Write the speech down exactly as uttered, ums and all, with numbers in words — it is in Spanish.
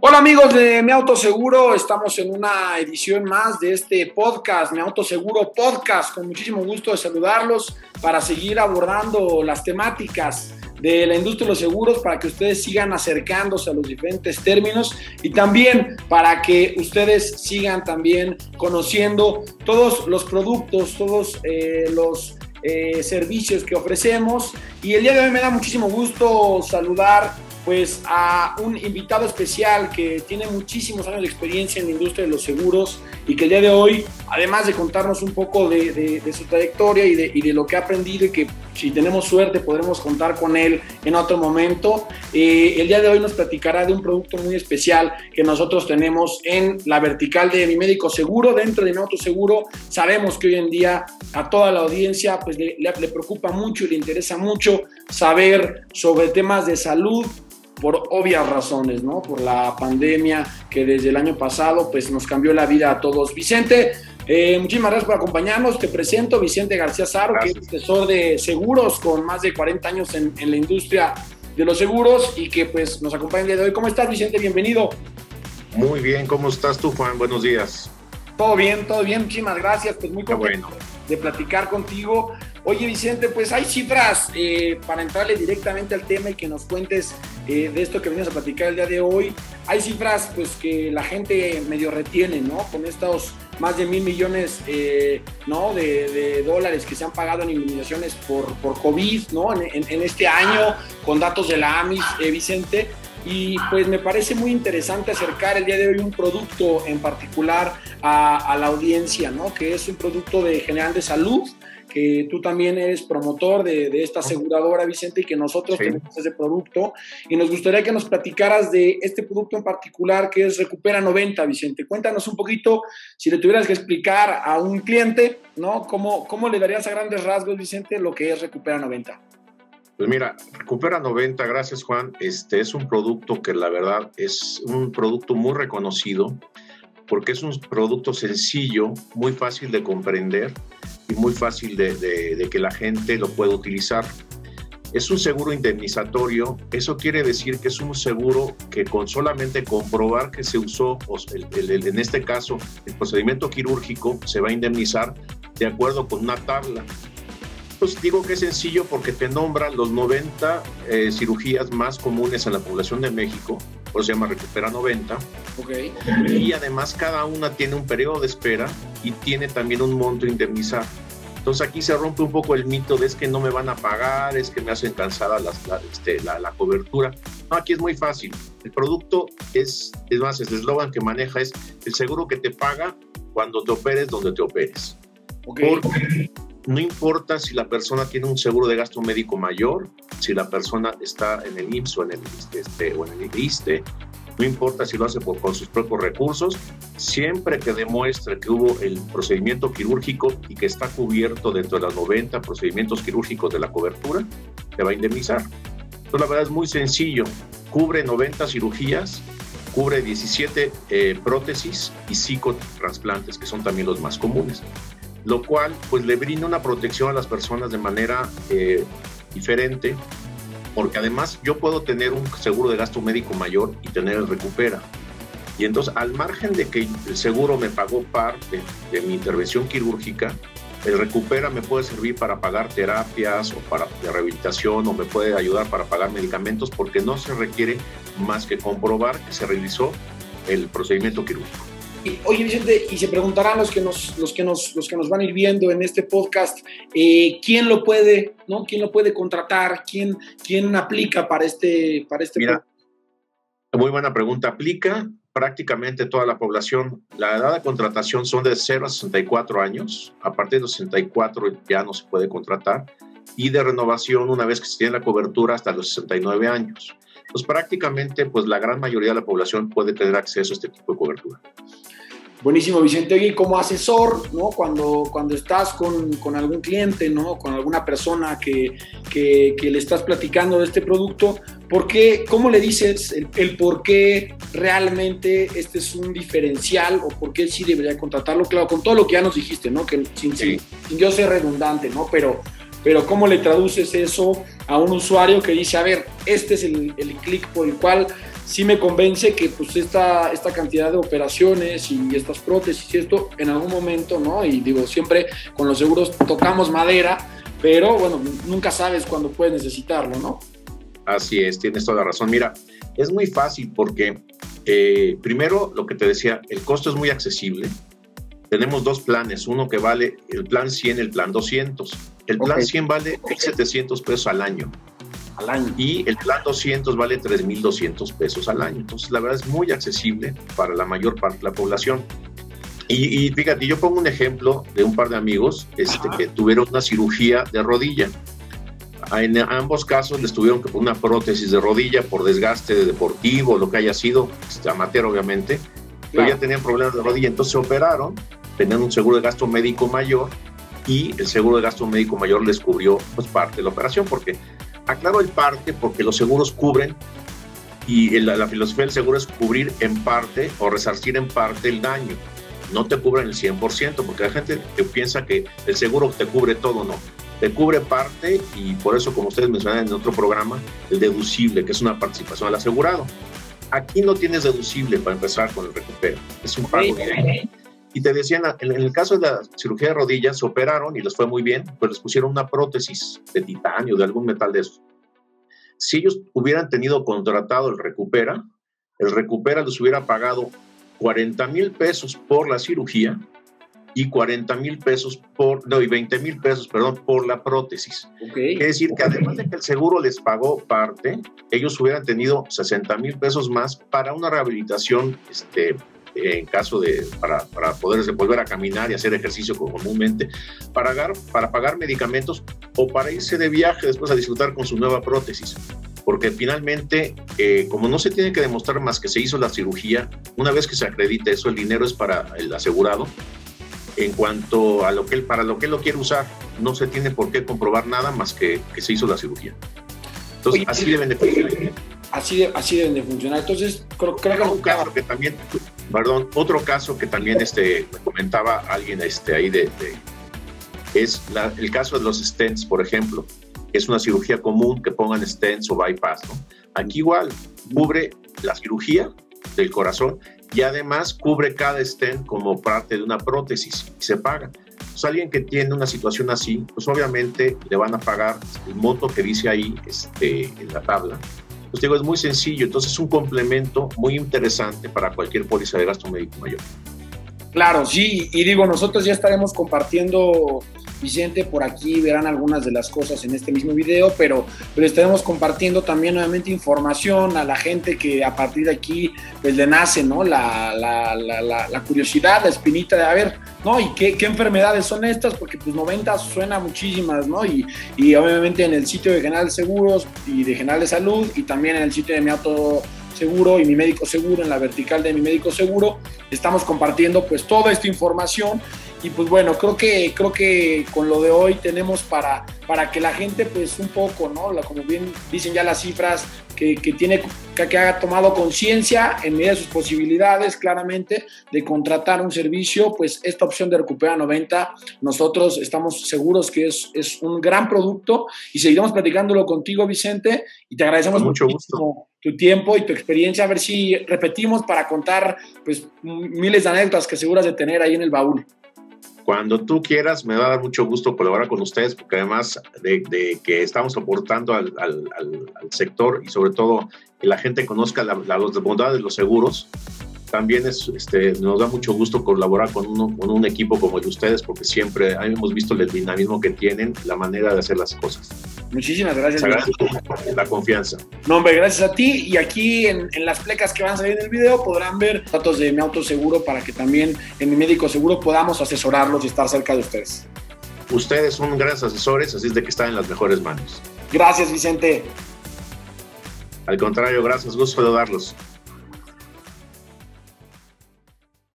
Hola amigos de Mi Auto Seguro, estamos en una edición más de este podcast, Mi Auto Seguro Podcast, con muchísimo gusto de saludarlos para seguir abordando las temáticas de la industria de los seguros, para que ustedes sigan acercándose a los diferentes términos y también para que ustedes sigan también conociendo todos los productos, todos eh, los eh, servicios que ofrecemos. Y el día de hoy me da muchísimo gusto saludar pues a un invitado especial que tiene muchísimos años de experiencia en la industria de los seguros y que el día de hoy, además de contarnos un poco de, de, de su trayectoria y de, y de lo que ha aprendido, y que si tenemos suerte podremos contar con él en otro momento, eh, el día de hoy nos platicará de un producto muy especial que nosotros tenemos en la vertical de Mi Médico Seguro. Dentro de Mi Auto Seguro sabemos que hoy en día a toda la audiencia pues le, le, le preocupa mucho y le interesa mucho saber sobre temas de salud, por obvias razones, ¿no? Por la pandemia que desde el año pasado pues nos cambió la vida a todos. Vicente, eh, muchísimas gracias por acompañarnos. Te presento Vicente García Saro, gracias. Que es asesor de seguros con más de cuarenta años en, en la industria de los seguros y que pues nos acompaña el día de hoy. ¿Cómo estás, Vicente? Bienvenido. Muy bien, ¿cómo estás tú, Juan? Buenos días. Todo bien, todo bien, muchísimas gracias. Pues muy contento bueno. de platicar contigo. Oye, Vicente, pues hay cifras eh, para entrarle directamente al tema y que nos cuentes eh, de esto que venimos a platicar el día de hoy. Hay cifras pues que la gente medio retiene, ¿no? Con estos más de mil millones eh, ¿no? de, de dólares que se han pagado en indemnizaciones por, por COVID, ¿no? En, en, en este año, con datos de la A M I S, eh, Vicente. Y pues me parece muy interesante acercar el día de hoy un producto en particular a, a la audiencia, ¿no? Que es un producto de General de Salud, que tú también eres promotor de, de esta aseguradora, Vicente, y que nosotros sí. tenemos ese producto. Y nos gustaría que nos platicaras de este producto en particular, que es Recupera noventa, Vicente. Cuéntanos un poquito, si le tuvieras que explicar a un cliente, ¿no? ¿Cómo, cómo le darías a grandes rasgos, Vicente, lo que es Recupera noventa? Pues mira, Recupera noventa, gracias Juan, este es un producto que la verdad es un producto muy reconocido porque es un producto sencillo, muy fácil de comprender y muy fácil de, de, de que la gente lo pueda utilizar. Es un seguro indemnizatorio, eso quiere decir que es un seguro que con solamente comprobar que se usó, el, el, el, en este caso, el procedimiento quirúrgico, se va a indemnizar de acuerdo con una tabla. Pues digo que es sencillo porque te nombran los noventa eh, cirugías más comunes en la población de México, por eso se llama Recupera noventa. Okay. Y además cada una tiene un periodo de espera y tiene también un monto a indemnizar. Entonces aquí se rompe un poco el mito de es que no me van a pagar, es que me hacen cansada la, la, este, la, la cobertura. No, aquí es muy fácil. El producto es, es más, el eslogan que maneja es el seguro que te paga cuando te operes donde te operes. Okay. Porque no importa si la persona tiene un seguro de gasto médico mayor, si la persona está en el I M S S o en el, este, o en el I S S S T E, no importa si lo hace por, con sus propios recursos, siempre que demuestre que hubo el procedimiento quirúrgico y que está cubierto dentro de los noventa procedimientos quirúrgicos de la cobertura, te va a indemnizar. Entonces la verdad es muy sencillo, cubre noventa cirugías, cubre diecisiete eh, prótesis y cinco trasplantes, que son también los más comunes, lo cual pues le brinda una protección a las personas de manera eh, diferente, porque además yo puedo tener un seguro de gasto médico mayor y tener el Recupera. Y entonces, al margen de que el seguro me pagó parte de mi intervención quirúrgica, el Recupera me puede servir para pagar terapias o para la rehabilitación, o me puede ayudar para pagar medicamentos, porque no se requiere más que comprobar que se realizó el procedimiento quirúrgico. Oye, Vicente, y se preguntarán los que nos, los que nos, los que nos van a ir viendo en este podcast, eh, ¿quién lo puede, no? ¿Quién lo puede contratar? ¿Quién, quién aplica para este, para este? Mira, muy buena pregunta. Aplica prácticamente toda la población. La edad de contratación son de cero a sesenta y cuatro años. A partir de los sesenta y cuatro ya no se puede contratar. Y de renovación, una vez que se tiene la cobertura, hasta los sesenta y nueve años. Pues prácticamente, pues la gran mayoría de la población puede tener acceso a este tipo de cobertura. Buenísimo, Vicente. Oye, como asesor, ¿no? Cuando, cuando estás con, con algún cliente, ¿no? Con alguna persona que, que, que le estás platicando de este producto, ¿por qué, cómo le dices el, el por qué realmente este es un diferencial o por qué sí debería contratarlo? Claro, con todo lo que ya nos dijiste, ¿no? Que sin, sí. sin, sin yo ser redundante, ¿no? Pero, pero ¿cómo le traduces eso a un usuario que dice, a ver, este es el, el clic por el cual sí me convence que pues esta, esta cantidad de operaciones y estas prótesis y esto en algún momento, ¿no? Y digo, siempre con los seguros tocamos madera, pero bueno, nunca sabes cuándo puedes necesitarlo, ¿no? Así es, tienes toda la razón. Mira, es muy fácil porque eh, primero, lo que te decía, el costo es muy accesible. Tenemos dos planes, uno que vale el plan cien, el plan doscientos. El plan okay. cien vale mil setecientos pesos al año. Al año. Y el plan doscientos vale tres mil doscientos pesos al año. Entonces, la verdad es muy accesible para la mayor parte de la población. Y, y fíjate, yo pongo un ejemplo de un par de amigos este, que tuvieron una cirugía de rodilla. En ambos casos les tuvieron que poner una prótesis de rodilla por desgaste de deportivo, lo que haya sido, este, amateur obviamente, pero claro. ya tenían problemas de rodilla, entonces se operaron, tenían un seguro de gasto médico mayor y el seguro de gasto médico mayor les cubrió pues, parte de la operación, porque, aclaro el parte, porque los seguros cubren y la, la filosofía del seguro es cubrir en parte o resarcir en parte el daño, no te cubren el cien por ciento, porque la gente que piensa que el seguro te cubre todo, no. Te cubre parte y por eso, como ustedes mencionaron en otro programa, el deducible, que es una participación al asegurado. Aquí no tienes deducible para empezar con el recupero, es un pago directo. Y te decían, en el caso de la cirugía de rodillas, se operaron y les fue muy bien, pues les pusieron una prótesis de titanio, de algún metal de esos. Si ellos hubieran tenido contratado el recupera, el recupera les hubiera pagado cuarenta mil pesos por la cirugía y cuarenta mil pesos por, no, y veinte mil pesos, perdón, por la prótesis. Okay. Es decir, que además de que el seguro les pagó parte, ellos hubieran tenido sesenta mil pesos más para una rehabilitación, este, en caso de, para, para poder volver a caminar y hacer ejercicio comúnmente, para pagar, para pagar medicamentos o para irse de viaje después a disfrutar con su nueva prótesis. Porque finalmente, eh, como no se tiene que demostrar más que se hizo la cirugía, una vez que se acredite eso, el dinero es para el asegurado. En cuanto a lo que él, para lo que él lo quiere usar, no se tiene por qué comprobar nada más que, que se hizo la cirugía. Entonces, Oye, así deben de funcionar. Así, de, así deben de funcionar. Entonces, creo, creo que... Un caso que también, perdón, otro caso que también este, me comentaba alguien este, ahí de, de es la, el caso de los stents, por ejemplo. Es una cirugía común que pongan stents o bypass, ¿no? Aquí igual, cubre la cirugía del corazón y además cubre cada stent como parte de una prótesis y se paga. Pues alguien que tiene una situación así, pues obviamente le van a pagar el monto que dice ahí este, en la tabla. Pues digo, es muy sencillo, entonces es un complemento muy interesante para cualquier póliza de gasto médico mayor. Claro, sí, y digo, nosotros ya estaremos compartiendo, Vicente, por aquí verán algunas de las cosas en este mismo video, pero, pero estaremos compartiendo también nuevamente información a la gente que a partir de aquí pues le nace, ¿no? La, la, la, la, la curiosidad, la espinita de a ver, ¿no? Y qué, qué enfermedades son estas, porque pues noventa suena muchísimas, ¿no? Y, y obviamente en el sitio de General de Seguros y de General de Salud y también en el sitio de Mi Auto Seguro y Mi Médico Seguro, en la vertical de Mi Médico Seguro, estamos compartiendo pues toda esta información y pues bueno, creo que, creo que con lo de hoy tenemos para, para que la gente pues un poco, ¿no? La, como bien dicen ya las cifras, que, que tiene que, que haya tomado conciencia en medida de sus posibilidades claramente de contratar un servicio, pues esta opción de Recupera noventa, nosotros estamos seguros que es, es un gran producto y seguiremos platicándolo contigo, Vicente, y te agradecemos Con mucho gusto tu tiempo y tu experiencia, a ver si repetimos para contar pues miles de anécdotas que seguras de tener ahí en el baúl. Cuando tú quieras, me va a dar mucho gusto colaborar con ustedes, porque además de, de que estamos aportando al, al, al, al sector y sobre todo que la gente conozca la, la, las bondades de los seguros, también es, este, nos da mucho gusto colaborar con, uno, con un equipo como el de ustedes, porque siempre hemos visto el dinamismo que tienen, la manera de hacer las cosas. Muchísimas gracias. Gracias la confianza. No, hombre, gracias a ti. Y aquí en, en las plecas que van a salir en el video podrán ver datos de Mi Auto Seguro para que también en Mi Médico Seguro podamos asesorarlos y estar cerca de ustedes. Ustedes son grandes asesores, así es de que están en las mejores manos. Gracias, Vicente. Al contrario, gracias, gusto saludarlos.